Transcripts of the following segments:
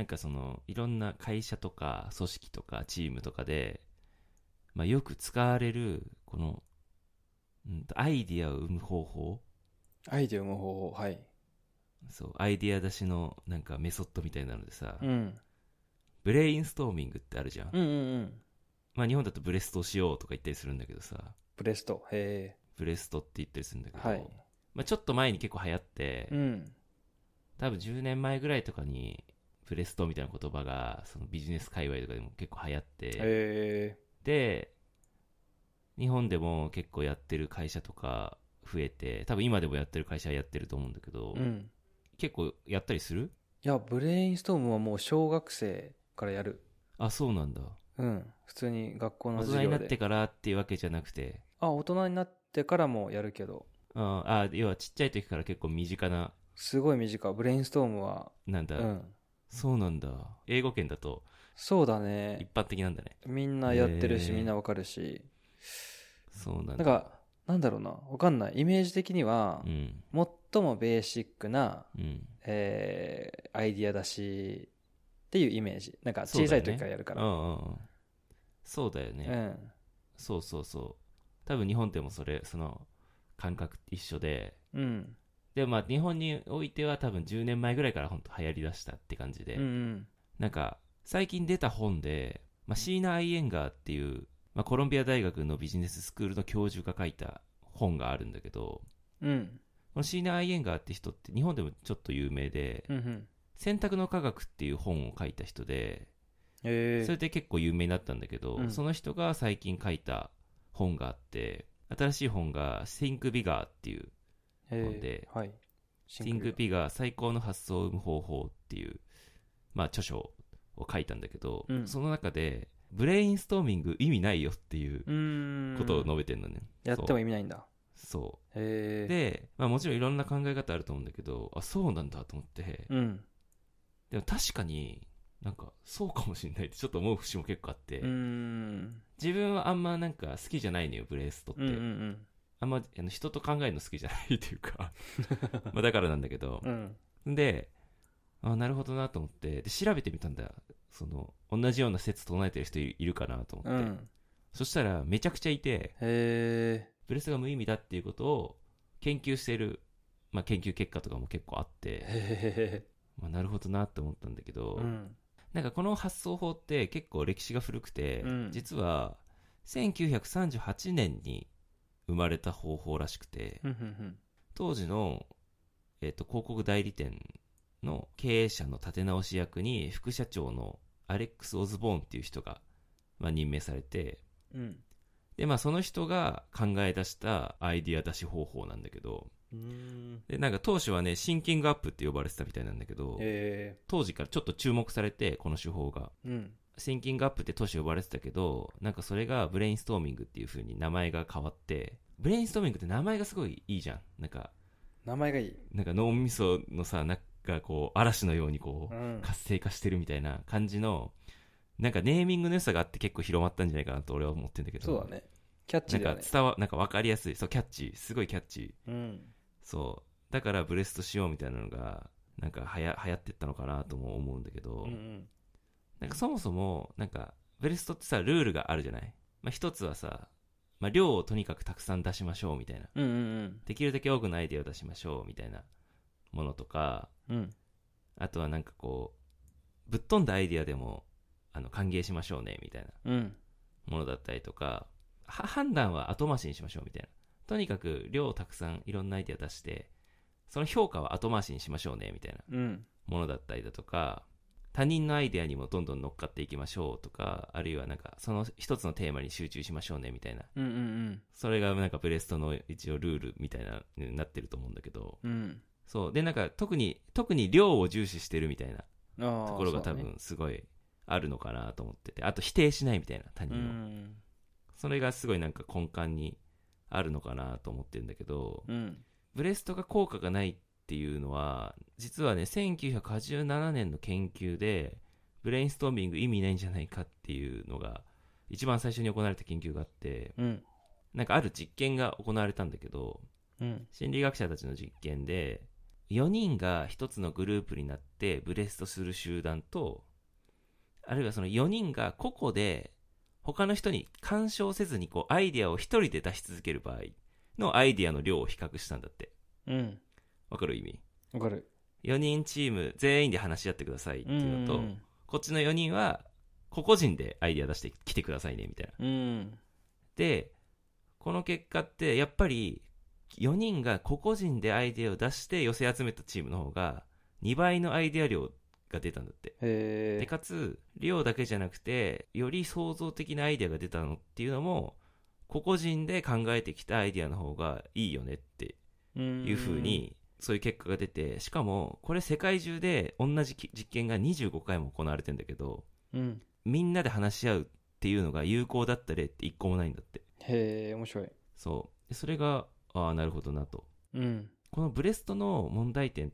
かそのいろんな会社とか組織とかチームとかで、まあ、よく使われるこの、アイディアを生む方法、 アイデアも方法、はい。 そうアイディア出しのなんかメソッドみたいなのでさ、 うん。 ブレインストーミングってあるじゃん。 うんうんうん。 まあ日本だとブレストしようとか言ったりするんだけどさ、 ブレスト。へブレストって言ったりするんだけえ。 ど、 はい。 まあ、ちょっと前に結構流行って、 うん。 多分10年前ぐらいとかにブレストみたいな言葉がそのビジネス界隈とかでも結構流行って、 へで日本でも結構やってる会社とか増えて、多分今でもやってる会社はやってると思うんだけど、 え。うん。 結構やったりする？ いや、ブレインストームはもう小学生からやる。 あ、そうなんだ。 うん。普通に学校の大授業で。 人になってからっていうわけじゃなくて、 あ、大人になってからもやるけど、 要はちっちゃい時から結構身近な、 すごい短い。ブレインストームは、 なんだ、 うん。 そうなんだ。英語圏だとそうだね。 一般的なんだね。 みんなやってるし、みんなわかるし。 そうなんだ。 なんか、なんだろうな。わかんない。イメージ的には、 うん。 最もベーシックな、 うん。 アイディア出しっていうイメージ。なんか小さい時そうだよね。 からやるから。 うんうんうん。そうだよね。 うん。 そうそうそう。多分日本でもその感覚一緒で、 うん。 でもまあ日本においては多分10年前ぐらいから本当流行りだしたって感じうんうで、 ん。 なんか最近出た本で、まあ、シーナ・アイエンガーっていう、まあ、コロンビア大学のビジネススクールの教授が書いた本があるんだけど、 うん。 このシーナ・アイエンガーって人って日本でもちょっと有名で、 うんうん。 選択の科学っていう本を書いた人で、そえれで結構有名になったんだけど、 うん。 その人が最近書いた本があって、新しい本が Think Bigger っていう本で、 はい。シンクビ Think が。 Bigger 最高の発想を生む方法っていう、まあ著書を書いたんだけど、 うん。 その中で、ブレインストーミング意味ないよっていううーことをん。 述べてんのね。 やっても意味ないんだ。 そう。 へえ。 で、まあもちろんいろんな考え方あると思うんだけど、あ、そうなんだと思って、 うん。 でも確かになんかそうかもしれないってちょっと思う節も結構あっうーて、 ん。 自分はあんまなんか好きじゃないのよ、ブレストっうんうんうて。 ん。 あんま人と考えるの好きじゃないというかまあだからなんだけど、 うん。 で、あ、なるほどなと思って、で調べてみたんだ。その同じような説唱えてる人いるかなと思って、 うん。 そしたらめちゃくちゃいて、 へえ。 ブレストが無意味だっていうことを研究している、まあ、研究結果とかも結構あって、 へえ。 まあ、なるほどなって思ったんだけど、 うん。 なんかこの発想法って結構歴史が古くて、 うん。 実は1938年に生まれた方法らしくて、 ふんふんふん。 当時の、広告代理店の経営者の立て直し役に副社長のアレックス・オズボーンっていう人が、まあ、任命されて、 うん。 でまあその人が考え出したアイディア出し方法なんだけど、 うーん。 でなんか当初はねシンキングアップって呼ばれてたみたいなんだけど、 へえ。 当時からちょっと注目されて、この手法がうん。 シンキングアップって当初呼ばれてたけど、なんかそれがブレインストーミングっていう風に名前が変わって、ブレインストーミングって名前がすごいいいじゃん。なんか名前がいい。 脳みそのさ、なんかこう嵐のようにこうん。 う活性化してるみたいな感じの、なんかネーミングの良さがあって結構広まったんじゃないかなと俺は思ってんだけど、 そうだね。キャッなんかチーだよね。 なんか分かりやすい、そうキャッチー、すごいキャッチー、 うん。 そうだからブレストしようみたいなのがなんか流行ってったのかなとも思うんだけど、 うんうん。 なんかそもそもなんかブレストってさルールがあるじゃない。まあ一つはさ、まあ量をとにかくたくさん出しましょうみたいな、 うんうんできるだけ多くのアイデアを出しましょうみたいなものとか、 うん。うん。 あとはなんかこうぶっ飛んだアイデアでも歓迎しましょうねみたいなうん。 ものだったりとか、判断は後回しにしましょうみたいな、とにかく量をたくさんいろんなアイデア出して、その評価は後回しにしましょうねみたいなうん。 ものだったりだとか、他人のアイデアにもどんどん乗っかっていきましょうとか、あるいはなんかその一つのテーマに集中しましょうねみたいな、 うんうんそれがなんかブレストの一応ルールみたいなになってると思うんだけど、 うん。うん。 そうでなんか特に量を重視してるみたいなとああ、 ころが多そうだね。 分すごいあるのかなと思ってて、あと否定しないみたいな他う人を、 ん。 それがすごいなんか根幹にあるのかなと思ってるんだけど、 うん。 ブレストが効果がないっていうのは実はね1987年の研究でブレインストーミング意味ないんじゃないかっていうのが一番最初に行われた研究があって、 うん。 なんかある実験が行われたんだけど、 うん。 心理学者たちの実験で 4人が1つのグループになってブレストする集団と、あるいはその4人が個々で他の人に干渉せずにこうアイデアを1人で出し続ける場合のアイデアの量を比較したんだって。 うん。 わかる意味？ わかる。 4人チーム全員で話し合ってくださいっていうのと、 うんこっちの4人は個々人でアイデア出してきてくださいねみたいな。 うんで、この結果ってやっぱり4人が個々人でアイデアを出して寄せ集めたチームの方が2倍のアイデア量が出たんだって。でかつ量だけじゃなくてより創造的なアイデアが出たのっていうのも個々人で考えてきたアイデアの方がいいよねっていう風にそういう結果が出て、しかもこれ世界中で同じ実験が25回も行われてんだけど、みんなで話し合うっていうのが有効だった例って1個もないんだって。 へえ、面白い。 そうでそれがなるほどなと。 うん。 このブレストの問題点って、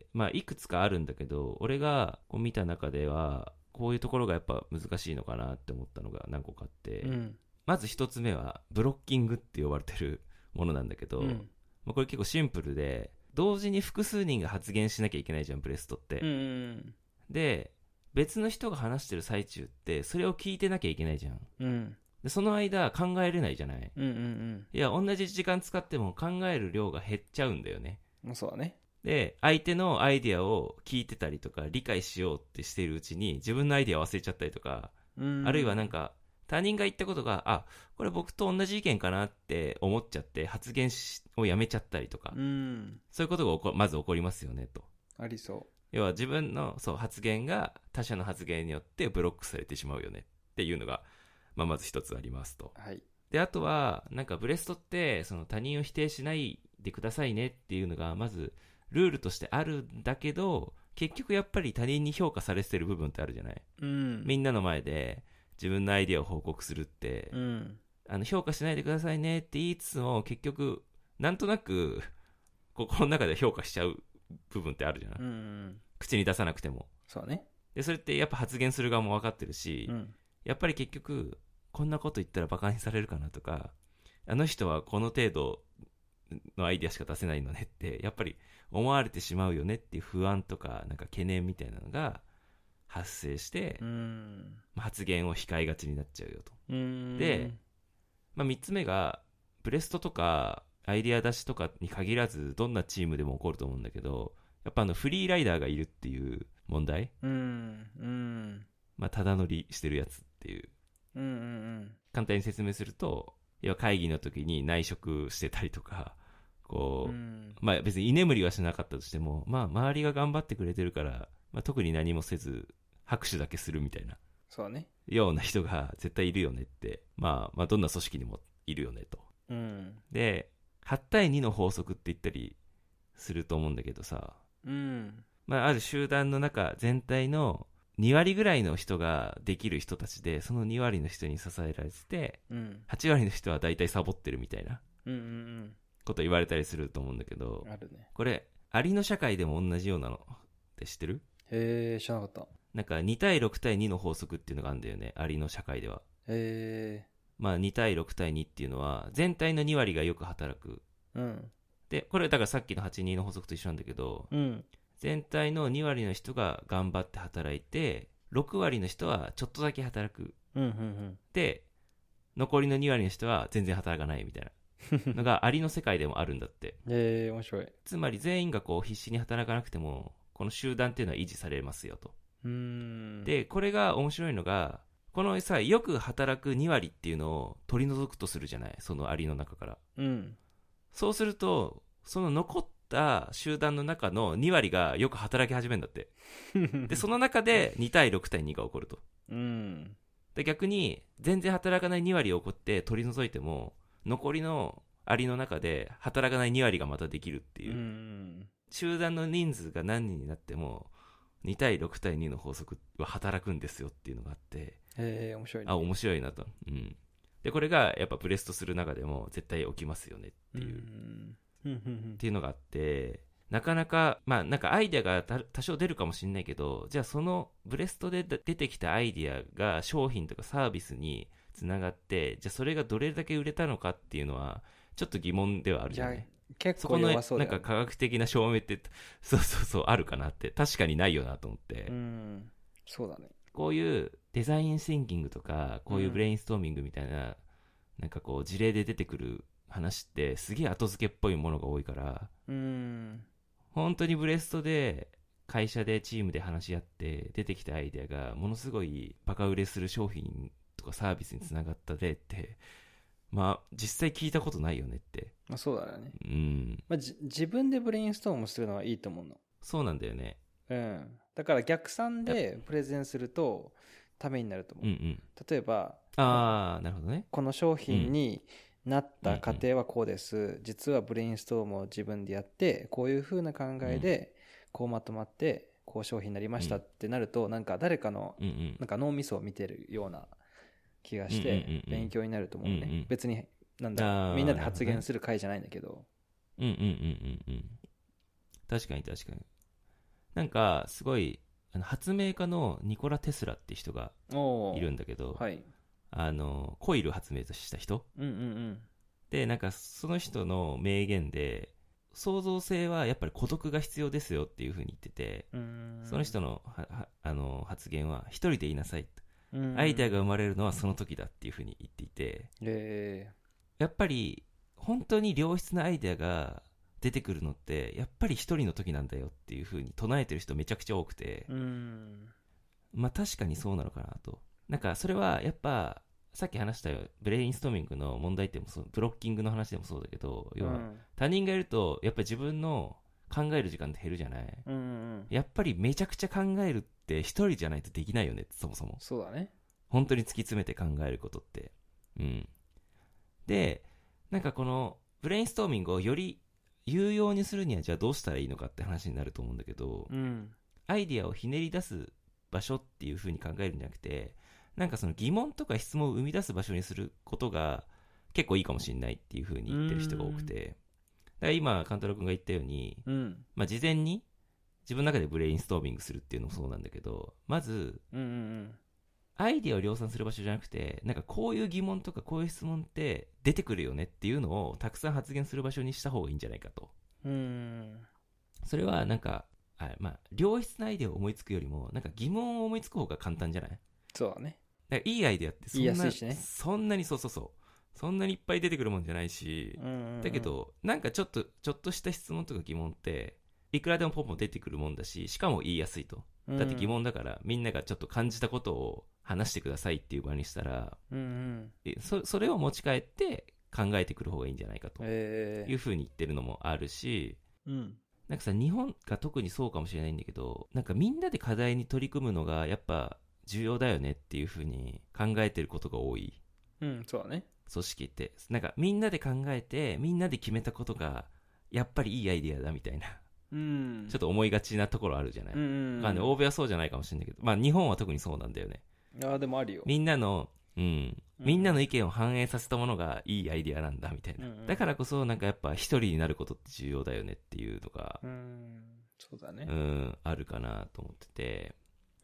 まあ、いくつかあるんだけど、俺がこう見た中ではこういうところがやっぱ難しいのかなって思ったのが何個かあって、まず一つ目はブロッキングって呼ばれてるものなんだけど、まあ、これ結構シンプルで同時に複数人が発言しなきゃいけないじゃんブレストって、で別の人が話してる最中ってそれを聞いてなきゃいけないじゃん、でその間考えれないじゃない、いや同じ時間使っても考える量が減っちゃうんだよね。 そうだね。 で相手のアイデアを聞いてたりとか理解しようってしているうちに自分のアイデアを忘れちゃったりとか、あるいはなんか他人が言ったことがこれ僕と同じ意見かなって思っちゃって発言をやめちゃったりとか、そういうことがまず起こりますよねと。 ありそう。 要は自分の発言が他者の発言によってブロックされてしまうよねっていうのが、まず一つありますと。 はい。 であとはなんかブレストってその他人を否定しないでくださいねっていうのがまずルールとしてあるんだけど、結局やっぱり他人に評価されてる部分ってあるじゃない、みんなの前で自分のアイデアを報告するって、評価しないでくださいねって言いつつも結局なんとなく心の中で評価しちゃう部分ってあるじゃない、口に出さなくても。 そうね。 でそれってやっぱ発言する側も分かってるし、やっぱり結局こんなこと言ったらバカにされるかなとか、あの人はこの程度のアイデアしか出せないのねってやっぱり思われてしまうよねっていう不安とかなんか懸念みたいなのが発生して、発言を控えがちになっちゃうよと。で、3つ目がブレストとかアイデア出しとかに限らずどんなチームでも起こると思うんだけど、やっぱフリーライダーがいるっていう問題、ただ乗りしてるやつっていう、簡単に説明すると、要は会議の時に内職してたりとかこう、別に居眠りはしなかったとしても、周りが頑張ってくれてるから、特に何もせず拍手だけするみたいな、 そうね、 ような人が絶対いるよねって、どんな組織にもいるよねと、で8対2の法則って言ったりすると思うんだけどさ、ある集団の中全体の2割ぐらいの人ができる人たちで、その2割の人に支えられてて、8割の人は大体サボってるみたいなこと言われたりすると思うんだけど、 あるね。 これアリの社会でも同じようなのって知ってる？ へえ、知らなかった。 なんか2対6対2の法則っていうのがあるんだよね、アリの社会では。 へえ。 2対6対2っていうのは全体の2割がよく働く、でこれだからさっきの8-2の法則と一緒なんだけど、全体の2割の人が頑張って働いて6割の人はちょっとだけ働く、で残りの2割の人は全然働かないみたいなのがアリの世界でもあるんだって面白い。 つまり全員がこう必死に働かなくてもこの集団っていうのは維持されますよと。でこれが面白いのが、このさよく働く2割っていうのを取り除くとするじゃない、そのアリの中から、そうするとその残った集団の中の2割がよく働き始めるんだってでその中で2対6対2が起こると、で逆に全然働かない2割起こって取り除いても残りのアリの中で働かない2割がまたできるっていう、集団の人数が何人になっても2対6対2の法則は働くんですよっていうのがあって、 面白いね。 面白いなと、でこれがやっぱブレストする中でも絶対起きますよねっていう、っていうのがあって、なかなかなんかアイデアが多少出るかもしれないけど、じゃあそのブレストで出てきたアイデアが商品とかサービスにつながって、じゃあそれがどれだけ売れたのかっていうのはちょっと疑問ではあるじゃない。 結構そこの弱そうだよね。 なんか科学的な証明ってそうそうそうあるかなって確かにないよなと思って、 そうだね。 こういうデザインシンキングとかこういうブレインストーミングみたいな、なんかこう事例で出てくる話ってすげえ後付けっぽいものが多いから、本当にブレストで会社でチームで話し合って出てきたアイデアがものすごいバカ売れする商品とかサービスにつながった例って、まあ実際聞いたことないよねって。 まあそうだよね。 うん。 まあ、自分でブレインストームするのはいいと思うの。 そうなんだよね。 だから逆算でプレゼンするとためになると思う。 うんうん。 例えば、 ああ、なるほどね。 この商品になった過うん程はこうです。実はブレインストームを自分でやって、こういう風な考えで、こうまとまって、こう商品になりましたってなると、なんか誰かの、なんか脳みそを見てるような気がして、勉強になると思うね。別に、なんだ、みんなで発言する会じゃないんだけど。 確かに確かに。なんか、すごい、発明家のニコラ・テスラって人がいるんだけど、 はい。 コイル発明とした人、で、なんかその人の名言で、創造性はやっぱり孤独が必要ですよっていうふうに言ってて、その人の発言は一人で言いなさい、アイデアが生まれるのはその時だっていうふうに言っていて、やっぱり本当に良質なアイデアが出てくるのってやっぱり一人の時なんだよっていうふうに唱えてる人めちゃくちゃ多くて、まあ確かにそうなのかなと。なんかそれはやっぱさっき話したよブレインストーミングの問題点もそう、ブロッキングの話でもそうだけど、要は他人がいるとやっぱり自分の考える時間って減るじゃない、やっぱりめちゃくちゃ考えるって一人じゃないとできないよねって、そもそもそうだね。 本当に突き詰めて考えることって。で、なんかこのブレインストーミングをより有用にするにはじゃあどうしたらいいのかって話になると思うんだけど、アイディアをひねり出す場所っていう風に考えるんじゃなくて、なんかその疑問とか質問を生み出す場所にすることが結構いいかもしれないっていう風に言ってる人が多くて、だから今カンタロウ君が言ったように、まあ事前に自分の中でブレインストーミングするっていうのもそうなんだけど、まず、アイディアを量産する場所じゃなくて、なんかこういう疑問とかこういう質問って出てくるよねっていうのをたくさん発言する場所にした方がいいんじゃないかと。それはなんか、まあ良質なアイデアを思いつくよりもなんか疑問を思いつく方が簡単じゃない？ そうだね。 だからいいアイデアって言いやすいしね。 そんなにそうそんなにいっぱい出てくるもんじゃないし、だけどなんかちょっとした質問とか疑問っていくらでもポンポン出てくるもんだし、しかも言いやすいと。だって疑問だからみんながちょっと感じたことを話してくださいっていう場にしたら、それを持ち帰って考えてくる方がいいんじゃないかというふうに言ってるのもあるし、なんかさ、日本が特にそうかもしれないんだけど、なんかみんなで課題に取り組むのがやっぱ重要だよねっていうふうに考えてることが多い。 そうだね。 組織ってなんかみんなで考えてみんなで決めたことがやっぱりいいアイディアだみたいな、ちょっと思いがちなところあるじゃない。まあね、欧米はそうじゃないかもしれないけど、まあ日本は特にそうなんだよね。 でもあるよ。 みんなのみんなの意見を反映させたものがいいアイディアなんだみたいな、だからこそなんかやっぱ一人になることって重要だよねっていうのがそうだね。 あるかなと思ってて、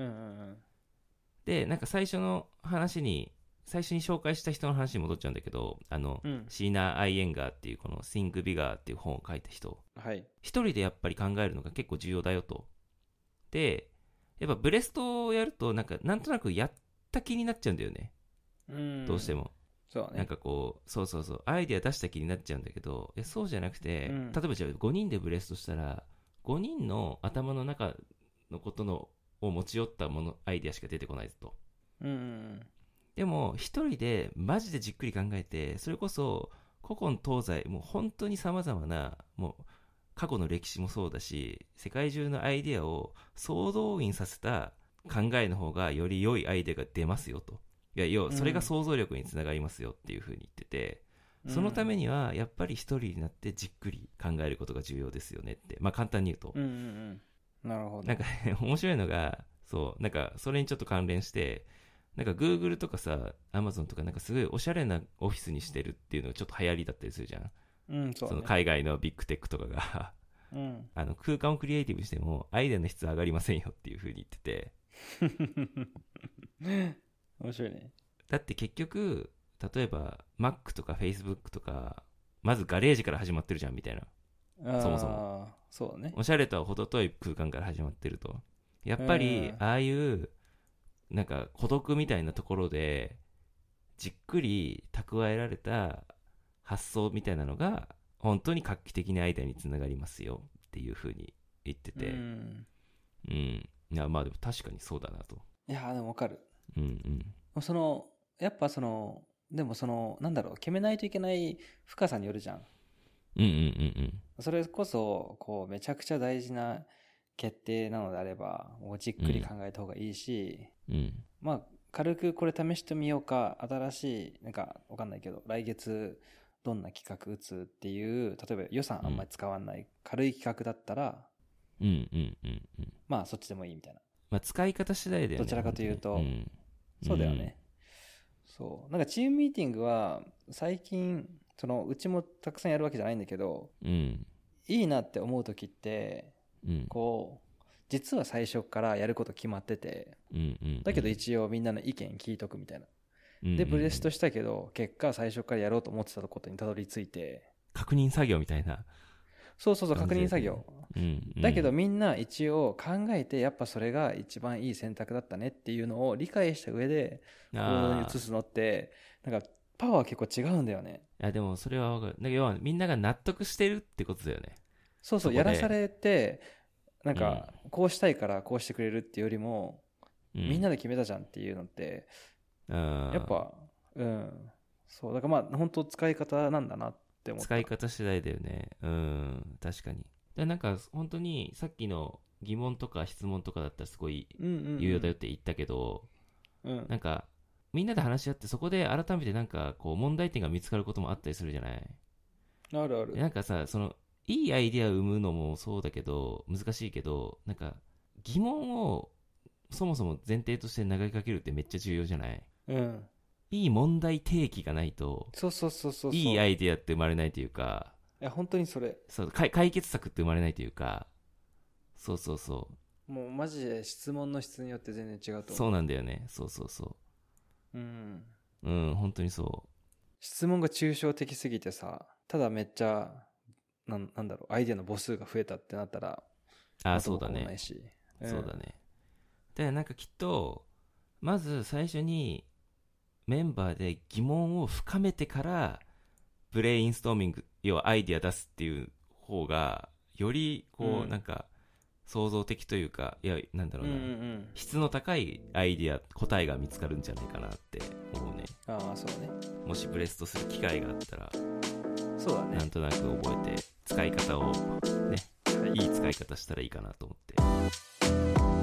でなんか最初に紹介した人の話に戻っちゃうんだけど、シーナ・アイエンガーっていうこの Think Bigger っていう本を書いた人、一人でやっぱり考えるのが結構重要だよと。でやっぱブレストをやるとなんとなくやった気になっちゃうんだよね、どうしても。 そうね。 なんかこうそうアイデア出した気になっちゃうんだけど、そうじゃなくて、例えばじゃあ5人でブレストしたら5人の頭の中のことを持ち寄ったアイデアしか出てこないと。でも一人でマジでじっくり考えて、それこそ古今東西もう本当に様々なもう過去の歴史もそうだし、世界中のアイデアを総動員させた考えの方がより良いアイデアが出ますよと。それが想像力につながりますよっていう風に言ってて、そのためにはやっぱり一人になってじっくり考えることが重要ですよねって、まあ簡単に言うと、 なるほど。 なんか面白いのが、なんかそれにちょっと関連して、なんか Google とかさ Amazon とかなんかすごいおしゃれなオフィスにしてるっていうのがちょっと流行りだったりするじゃん。その海外のビッグテックとかが空間をクリエイティブしてもアイデアの質上がりませんよっていう風に言ってて面白いね。 だって結局例えば Mac とか Facebook とか、 まずガレージから始まってるじゃんみたいな。そもそもそうね。 おしゃれとは程遠い空間から始まってると、やっぱりああいうなんか孤独みたいなところでじっくり蓄えられた発想みたいなのが本当に画期的なアイデアにつながりますよっていう風に言ってて、いやまあでも確かにそうだなと。 いやでも分かる。 うんやっぱでもなんだろう、決めないといけない深さによるじゃん。それこそこうめちゃくちゃ大事な決定なのであればもうじっくり考えた方がいいし、まあ軽くこれ試してみようか、新しいなんか分かんないけど来月どんな企画打つっていう、例えば予算あんまり使わない軽い企画だったら、まあそっちでもいいみたいな。 まあ使い方次第だよね。 どちらかというと、そうだよね。そうなんかチームミーティングは最近うちもたくさんやるわけじゃないんだけど、いいなって思う時って、こう実は最初からやること決まってて、だけど一応みんなの意見聞いとくみたいな。でブレストしたけど結果最初からやろうと思ってたことにたどり着いて、 確認作業みたいな。 そう確認作業、だけどみんな一応考えてやっぱそれが一番いい選択だったねっていうのを理解した上で行動に移すのってなんかパワー結構違うんだよね。 いやでもそれは分かる。要はみんなが納得してるってことだよね。 そうやらされてなんかこうしたいからこうしてくれるっていうよりも、みんなで決めたじゃんっていうのってやっぱそうだからまあ本当使い方なんだなって思った。 使い方次第だよね。確かに。でなんか本当にさっきの疑問とか質問とかだったらすごい有用だよって言ったけど、なんかみんなで話し合ってそこで改めてなんかこう問題点が見つかることもあったりするじゃない。 ある。 なんかさ、いいアイデアを生むのもそうだけど難しいけど、なんか疑問をそもそも前提として投げかけるってめっちゃ重要じゃない。いい問題提起がないと、 そういいアイデアって生まれないというか、 いや本当にそれ解決策って生まれないというか、 もうマジで質問の質によって全然違うと思う。 そうなんだよね。本当にそう。 質問が抽象的すぎてさ、ただめっちゃなんだろう、アイデアの母数が増えたってなったらそうだね。そうだね。でなんかきっとまず最初にメンバーで疑問を深めてからブレインストーミング、要はアイデア出すっていう方がよりこう、なんか創造的というか、いやなんだろうな、質の高いアイデア答えが見つかるんじゃないかなって思うね。 そうね。 もしブレストする機会があったら、 そうだね。 なんとなく覚えて使い方をね、いい使い方したらいいかなと思って。